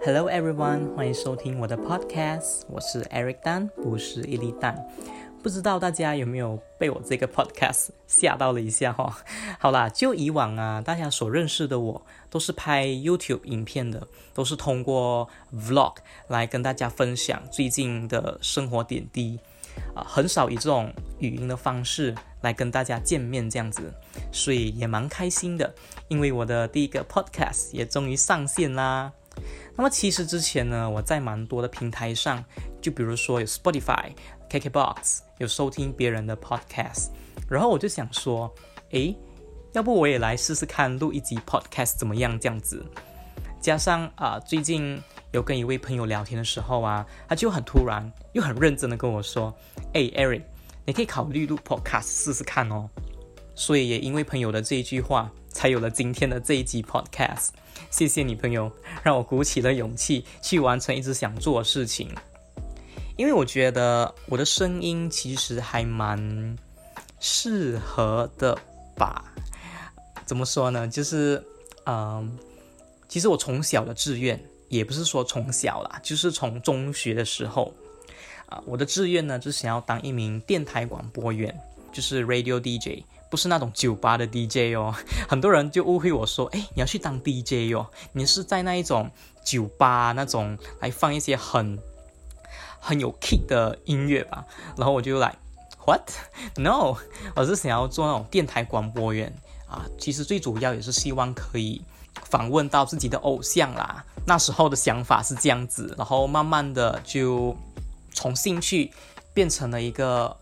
Hello everyone， 欢迎收听我的 podcast， 我是 Eric Dan， 不是一粒蛋。不知道大家有没有被我这个 podcast 吓到了一下哈？好啦，就以往大家所认识的我都是拍 YouTube 影片的，都是通过 vlog 来跟大家分享最近的生活点滴，很少以这种语音的方式来跟大家见面这样子，所以也蛮开心的，因为我的第一个 podcast 也终于上线啦。那么其实之前呢，我在蛮多的平台上，就比如说有 Spotify、KKBox 有收听别人的 podcast， 然后我就想说，要不我也来试试看录一集 podcast 怎么样这样子。加上最近有跟一位朋友聊天的时候他就很突然又很认真的跟我说，Eric， 你可以考虑录 podcast 试试看哦。所以也因为朋友的这一句话，才有了今天的这一集 podcast。谢谢你朋友，让我鼓起了勇气去完成一直想做的事情。因为我觉得我的声音其实还蛮适合的吧。怎么说呢，就是其实我从小的志愿，也不是说从小啦，就是从中学的时候我的志愿呢，就是想要当一名电台广播员，就是 radio DJ， 不是那种酒吧的 DJ 哦。很多人就误会我说，你要去当 DJ 哦，你是在那一种酒吧那种来放一些很有 kick 的音乐吧。然后我就来 What? No， 我是想要做那种电台广播员其实最主要也是希望可以访问到自己的偶像啦。那时候的想法是这样子，然后慢慢的就从兴趣变成了一个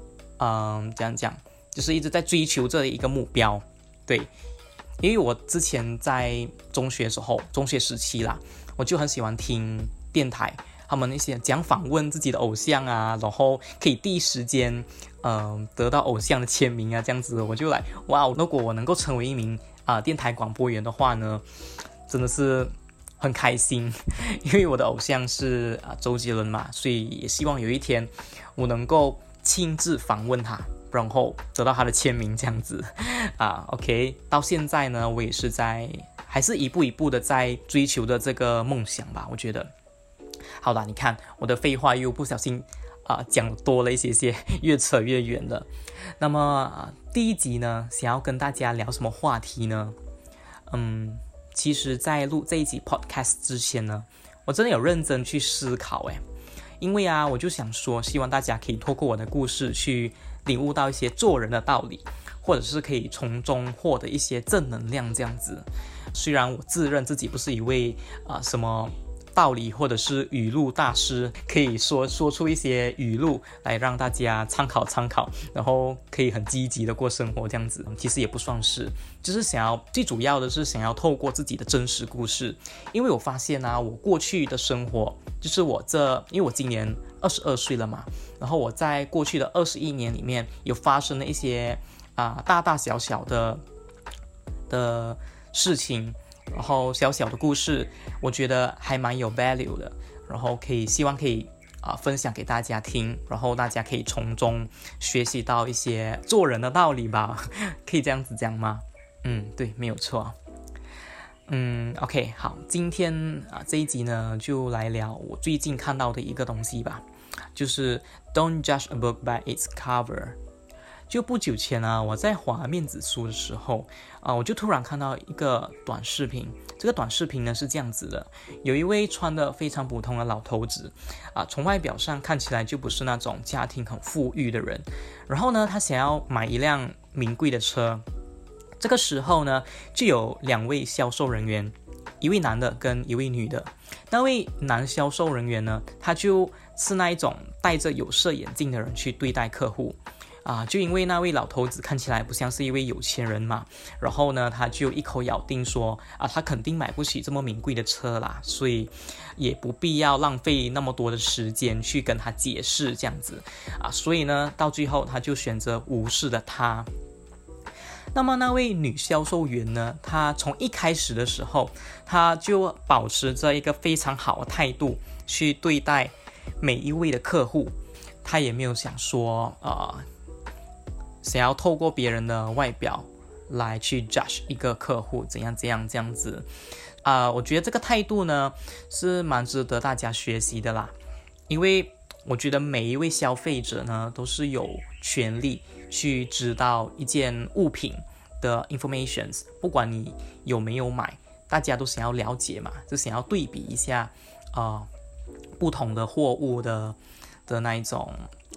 就是一直在追求这一个目标。对，因为我之前在中学时期啦，我就很喜欢听电台，他们那些讲访问自己的偶像然后可以第一时间得到偶像的签名这样子，我就来哇，如果我能够成为一名电台广播员的话呢，真的是很开心。因为我的偶像是周杰伦嘛，所以也希望有一天我能够亲自访问他，然后得到他的签名这样子OK， 到现在呢，我也是还是一步一步的在追求的这个梦想吧，我觉得。好啦，你看我的废话又不小心讲多了一些，越扯越远了。那么第一集呢，想要跟大家聊什么话题呢？其实在录这一集 podcast 之前呢，我真的有认真去思考因为我就想说，希望大家可以透过我的故事去领悟到一些做人的道理，或者是可以从中获得一些正能量这样子。虽然我自认自己不是一位什么道理或者是语录大师，可以说出一些语录来让大家参考，然后可以很积极的过生活这样子，其实也不算是，就是最主要的是想要透过自己的真实故事。因为我发现我过去的生活，就是因为我今年22岁了嘛，然后我在过去的21年里面有发生了一些大大小小的事情，然后小小的故事，我觉得还蛮有 value 的，然后希望可以分享给大家听，然后大家可以从中学习到一些做人的道理吧。可以这样子讲吗？对，没有错。OK， 好，今天这一集呢，就来聊我最近看到的一个东西吧，就是 Don't judge a book by its cover。就不久前我在滑面子书的时候我就突然看到一个短视频。这个短视频呢是这样子的，有一位穿得非常普通的老头子从外表上看起来就不是那种家庭很富裕的人，然后呢他想要买一辆名贵的车。这个时候呢就有2位销售人员，一位男的跟一位女的。那位男销售人员呢，他就是那一种戴着有色眼镜的人去对待客户就因为那位老头子看起来不像是一位有钱人嘛，然后呢他就一口咬定说他肯定买不起这么名贵的车啦，所以也不必要浪费那么多的时间去跟他解释这样子所以呢到最后他就选择无视了他。那么那位女销售员呢，她从一开始的时候，她就保持着一个非常好的态度去对待每一位的客户，她也没有想说想要透过别人的外表来去 judge 一个客户怎样这样子。我觉得这个态度呢是蛮值得大家学习的啦，因为我觉得每一位消费者呢都是有权利去知道一件物品的 informations， 不管你有没有买，大家都想要了解嘛，就想要对比一下不同的货物的那一种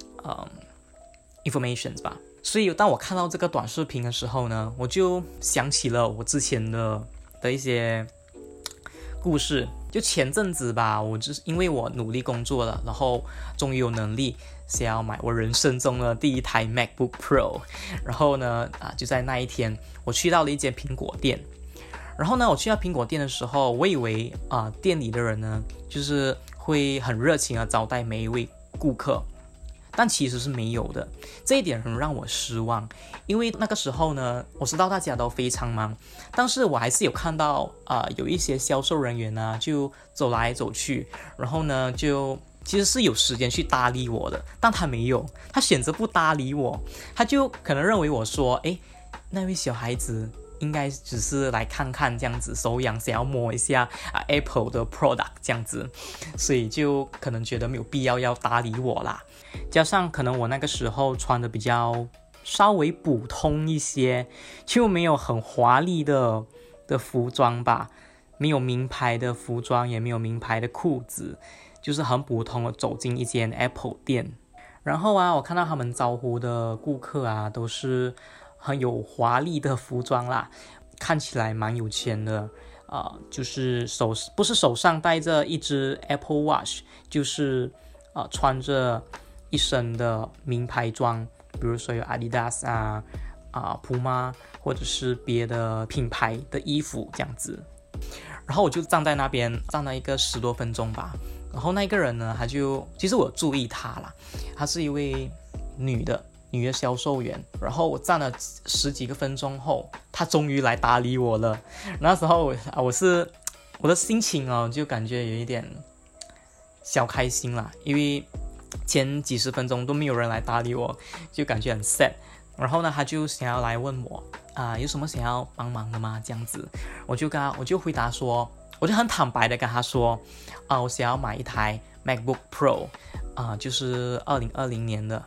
informations 吧。所以当我看到这个短视频的时候呢，我就想起了我之前的一些故事。就前阵子吧，我就是因为我努力工作了，然后终于有能力想要买我人生中的第一台 MacBook Pro。然后呢就在那一天我去到了一间苹果店。然后呢我去到苹果店的时候，我以为店里的人呢就是会很热情的招待每一位顾客，但其实是没有的。这一点很让我失望，因为那个时候呢，我知道大家都非常忙，但是我还是有看到有一些销售人员呢就走来走去，然后呢就其实是有时间去搭理我的，但他没有，他选择不搭理我，他就可能认为我说，那位小孩子应该只是来看看这样子，手痒想要摸一下Apple 的 product 这样子，所以就可能觉得没有必要搭理我啦。加上可能我那个时候穿的比较稍微普通一些，就没有很华丽的服装吧，没有名牌的服装，也没有名牌的裤子，就是很普通的走进一间 Apple 店。然后我看到他们招呼的顾客都是很有华丽的服装啦，看起来蛮有钱的。就是不是手上戴着一只 Apple Watch， 就是穿着一身的名牌装，比如说有 Adidas Puma 或者是别的品牌的衣服这样子。然后我就站在那边站了一个10多分钟吧。然后那个人呢，其实我有注意他啦，她是一位女的销售员。然后我站了10几个分钟后，她终于来搭理我了。那时候我的心情就感觉有一点小开心啦，因为前几十分钟都没有人来搭理我，就感觉很 sad。然后呢，他就想要来问我有什么想要帮忙的吗？这样子，我就回答说，我就很坦白的跟他说，我想要买一台 MacBook Pro，就是2020年的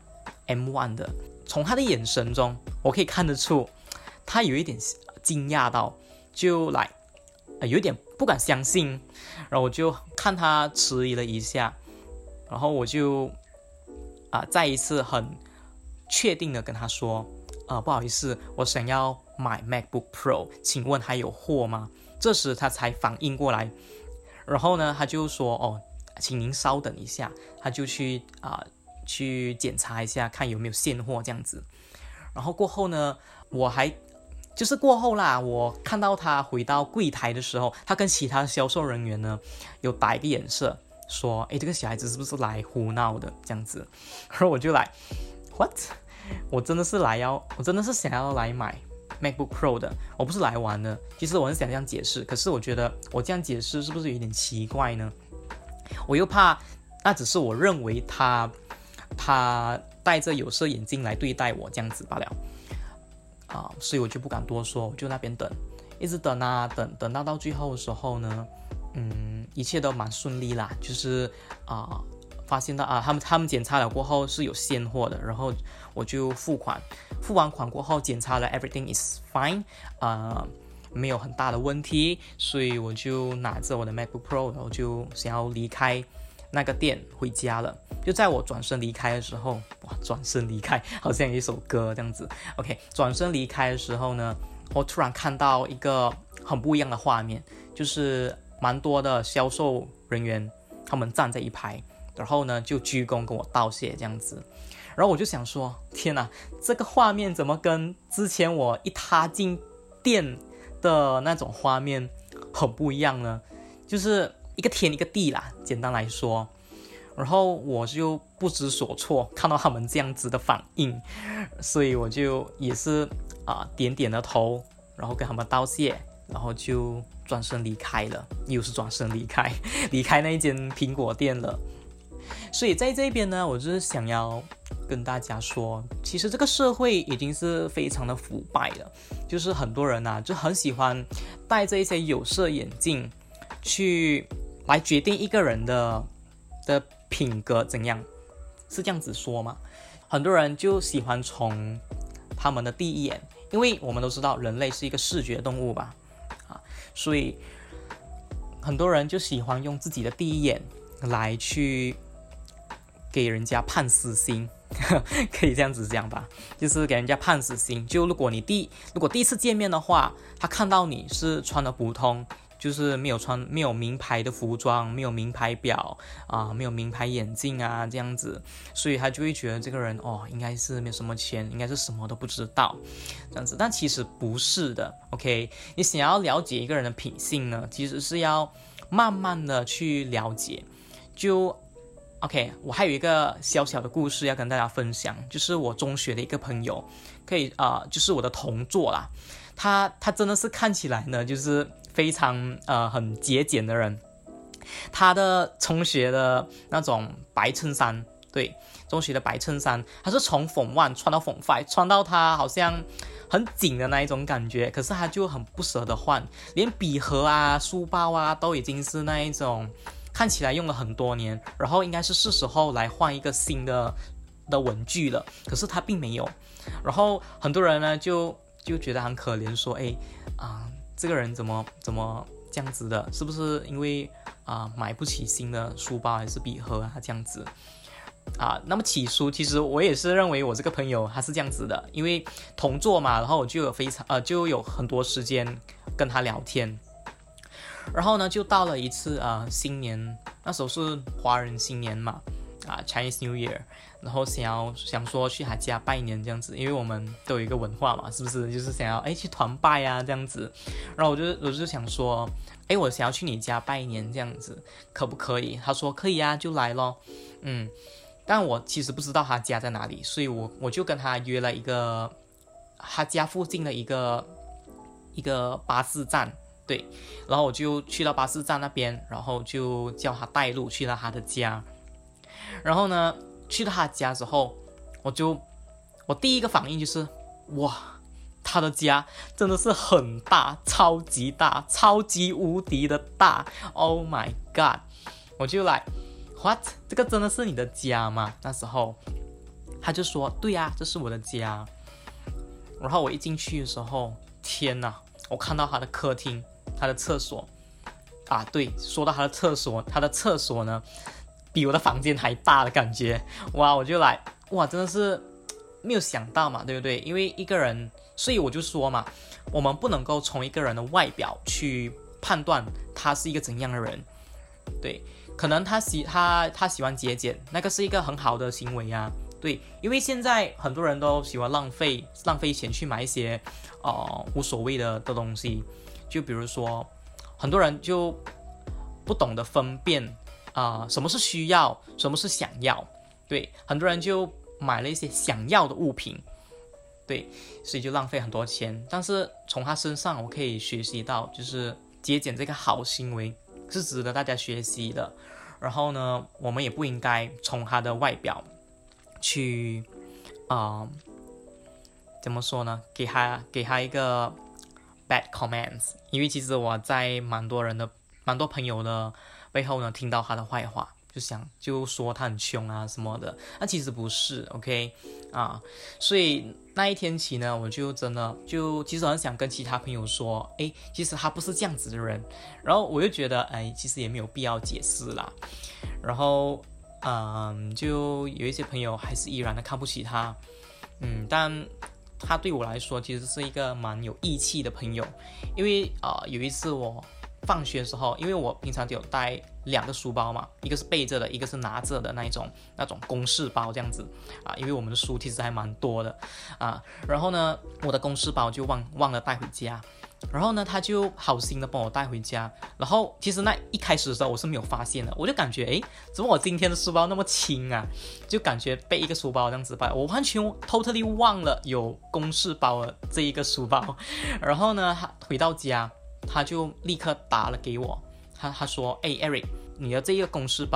M1 的。从他的眼神中，我可以看得出，他有一点惊讶到，就有点不敢相信。然后我就看他迟疑了一下。然后我就再一次很确定的跟他说，不好意思，我想要买 MacBook Pro， 请问还有货吗？这时他才反应过来，然后呢他就说，请您稍等一下，他就去检查一下看有没有现货这样子。然后过后呢，过后啦，我看到他回到柜台的时候，他跟其他销售人员呢有打一个眼色，说这个小孩子是不是来胡闹的这样子。然后我就what？ 我真的是想要来买 MacBook Pro 的，我不是来玩的。其实我很想这样解释，可是我觉得我这样解释是不是有点奇怪呢？我又怕那只是我认为他戴着有色眼镜来对待我这样子罢了。所以我就不敢多说，我就那边等，一直等等到最后的时候呢，一切都蛮顺利啦，就是发现到他们检查了过后是有现货的，然后我就付完款过后检查了 everything is fine， 没有很大的问题，所以我就拿着我的 MacBook Pro， 然后就想要离开那个店回家了。就在我转身离开的时候，转身离开好像有一首歌这样子。OK， 转身离开的时候呢，我突然看到一个很不一样的画面，就是蛮多的销售人员他们站在一排，然后呢就鞠躬跟我道谢这样子。然后我就想说，天哪，这个画面怎么跟之前我一踏进店的那种画面很不一样呢？就是一个天一个地啦，简单来说。然后我就不知所措，看到他们这样子的反应，所以我就也是点点的头，然后跟他们道谢，然后就转身离开了，又是转身离开那一间苹果店了。所以在这边呢，我就是想要跟大家说，其实这个社会已经是非常的腐败了，就是很多人就很喜欢戴着一些有色眼镜去来决定一个人的品格怎样，是这样子说吗？很多人就喜欢从他们的第一眼，因为我们都知道人类是一个视觉动物吧，所以很多人就喜欢用自己的第一眼来去给人家判死刑可以这样子讲吧，就是给人家判死刑。就如果第一次见面的话，他看到你是穿的普通，就是没有名牌的服装，没有名牌表没有名牌眼镜这样子，所以他就会觉得这个人应该是没有什么钱，应该是什么都不知道这样子。但其实不是的 ，OK？ 你想要了解一个人的品性呢，其实是要慢慢的去了解。OK， 我还有一个小小的故事要跟大家分享，就是我中学的一个朋友，就是我的同桌啦，他真的是看起来呢，就是非常很节俭的人。他的中学的那种白衬衫，对，中学的白衬衫，他是从Form 1穿到Form 5，穿到他好像很紧的那一种感觉，可是他就很不舍得换，连笔盒书包都已经是那一种看起来用了很多年，然后应该是时候来换一个新的文具了，可是他并没有。然后很多人呢就觉得很可怜，说这个人怎么这样子的，是不是因为买不起新的书包还是笔盒这样子那么起初其实我也是认为我这个朋友他是这样子的，因为同桌嘛，然后我就有很多时间跟他聊天。然后呢，就到了一次新年，那时候是华人新年嘛，Chinese New Year， 然后想说去他家拜年这样子，因为我们都有一个文化嘛，是不是？就是想要去团拜这样子。然后我就想说，我想要去你家拜年这样子，可不可以？他说可以就来咯。但我其实不知道他家在哪里，所以我就跟他约了一个他家附近的一个巴士站。对，然后我就去到巴士站那边，然后就叫他带路去到他的家。然后呢，去到他家之后，我第一个反应就是哇，他的家真的是很大，超级大，超级无敌的大 ，Oh my god！ 我就来 What？ 这个真的是你的家吗？那时候他就说对这是我的家。然后我一进去的时候，天哪，我看到他的客厅，他的厕所对，说到他的厕所呢比我的房间还大的感觉。我就真的是没有想到嘛，对不对？因为一个人，所以我就说嘛，我们不能够从一个人的外表去判断他是一个怎样的人。对，可能他喜欢节俭，那个是一个很好的行为对，因为现在很多人都喜欢浪费钱去买一些无所谓的东西，就比如说很多人就不懂得分辨什么是需要，什么是想要。对，很多人就买了一些想要的物品，对，所以就浪费很多钱。但是从他身上我可以学习到，就是节俭这个好行为是值得大家学习的。然后呢，我们也不应该从他的外表去怎么说呢，给他一个 bad comments， 因为其实我在蛮多朋友的背后呢听到他的坏话，就说他很穷什么的，那其实不是 OK 所以那一天起呢，我就真的其实很想跟其他朋友说，其实他不是这样子的人。然后我就觉得其实也没有必要解释啦。然后就有一些朋友还是依然的看不起他，但他对我来说其实是一个蛮有义气的朋友。因为有一次我放学的时候，因为我平常就有带2个书包嘛，一个是背着的，一个是拿着的那种公事包这样子因为我们的书其实还蛮多的然后呢，我的公事包就忘了带回家。然后呢，他就好心的帮我带回家。然后其实一开始的时候我是没有发现的，我就感觉怎么我今天的书包那么轻就感觉背一个书包这样子吧，我完全 totally 忘了有公事包的这一个书包。然后呢，他回到家他就立刻打了给我，他说Eric， 你的这一个公事包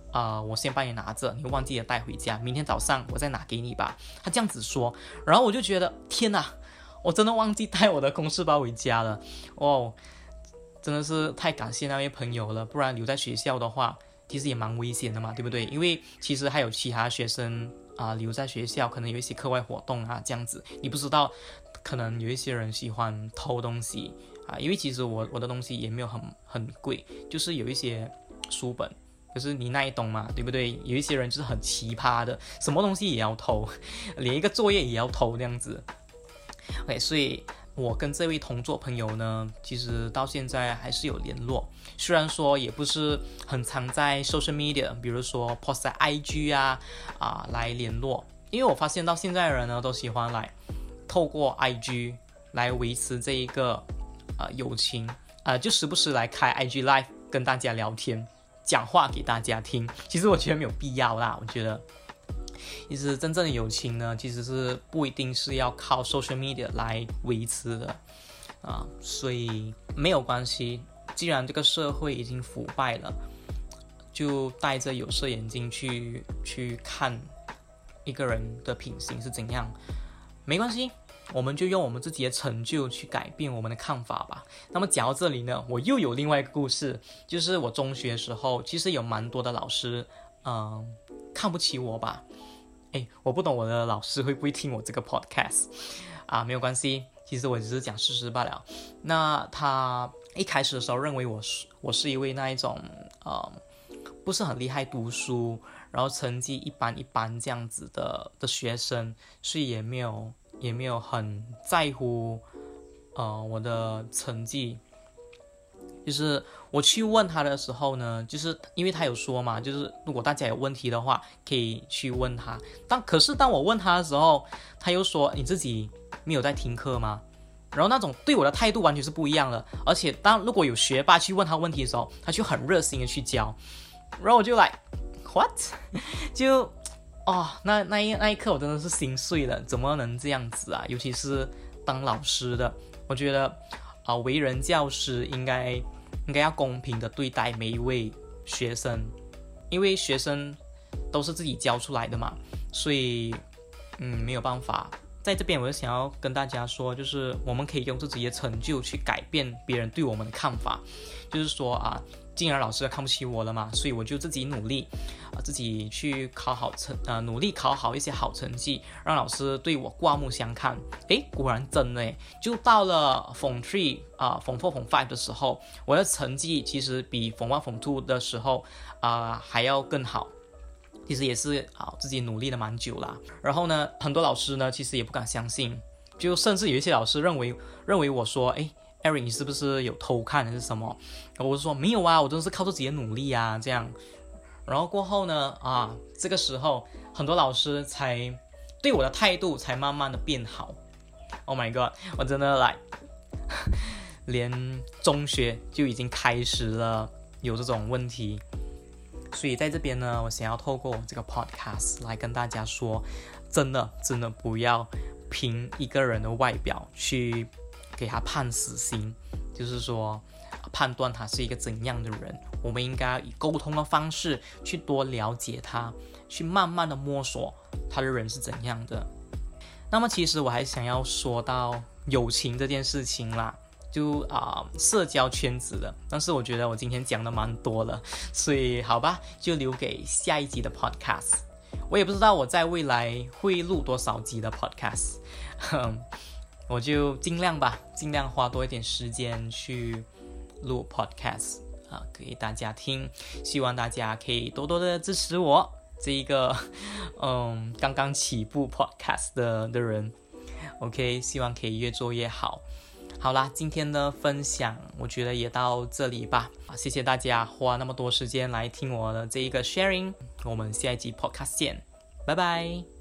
我先帮你拿着，你忘记了带回家，明天早上我再拿给你吧。他这样子说，然后我就觉得天哪，我真的忘记带我的公事包回家了哦，真的是太感谢那位朋友了，不然留在学校的话其实也蛮危险的嘛，对不对？因为其实还有其他学生留在学校，可能有一些课外活动这样子，你不知道，可能有一些人喜欢偷东西因为其实我的东西也没有很贵，就是有一些书本，可是你那一懂嘛，对不对？有一些人就是很奇葩的，什么东西也要偷，连一个作业也要偷这样子。OK， 所以我跟这位同桌朋友呢，其实到现在还是有联络，虽然说也不是很常在 social media， 比如说 post 在 IG 来联络，因为我发现到现在的人呢都喜欢来透过 IG 来维持这一个友情就时不时来开 IG Live 跟大家聊天，讲话给大家听。其实我觉得没有必要啦，我觉得其实真正的友情呢，其实是不一定是要靠 social media 来维持的所以没有关系。既然这个社会已经腐败了，就戴着有色眼镜去看一个人的品行是怎样，没关系。我们就用我们自己的成就去改变我们的看法吧。那么讲到这里呢，我又有另外一个故事，就是我中学的时候，其实有蛮多的老师看不起我吧。我不懂我的老师会不会听我这个 podcast 没有关系，其实我只是讲事实罢了。那他一开始的时候认为我是一位那一种不是很厉害读书，然后成绩一般一般这样子的学生，所以也没有很在乎我的成绩。就是我去问他的时候呢，就是因为他有说嘛，就是如果大家有问题的话可以去问他。可是当我问他的时候，他又说你自己没有在听课吗？然后那种对我的态度完全是不一样的。而且如果有学霸去问他问题的时候，他就很热心的去教，然后我就what 就那一刻我真的是心碎了，怎么能这样子尤其是当老师的，我觉得为人教师应该要公平的对待每一位学生，因为学生都是自己教出来的嘛，所以没有办法。在这边我就想要跟大家说，就是我们可以用自己的成就去改变别人对我们的看法。就是说既然老师看不起我了嘛，所以我就自己努力自己去努力考好一些好成绩，让老师对我刮目相看。果然真的就到了Form 3Form 4 Form 5的时候，我的成绩其实比Form 1 Form 2的时候还要更好。其实也是自己努力了蛮久啦。然后呢，很多老师呢其实也不敢相信，就甚至有一些老师认为我说Eric 你是不是有偷看还是什么？然后我就说没有我真的是靠自己的努力这样。然后过后呢这个时候很多老师才对我的态度才慢慢的变好。Oh my god， 我真的连中学就已经开始了有这种问题。所以在这边呢，我想要透过这个 podcast 来跟大家说，真的不要凭一个人的外表去给他判死刑，就是说判断他是一个怎样的人。我们应该以沟通的方式去多了解他，去慢慢的摸索他的人是怎样的。那么其实我还想要说到友情这件事情啦，就社交圈子的，但是我觉得我今天讲的蛮多了，所以好吧，就留给下一集的 podcast。 我也不知道我在未来会录多少集的 podcast 我就尽量花多一点时间去录 podcast 给大家听，希望大家可以多多的支持我这一个刚刚起步 podcast 的人。 OK， 希望可以越做越好。好啦，今天的分享我觉得也到这里吧。谢谢大家花那么多时间来听我的这一个 sharing， 我们下一集 podcast 见，拜拜。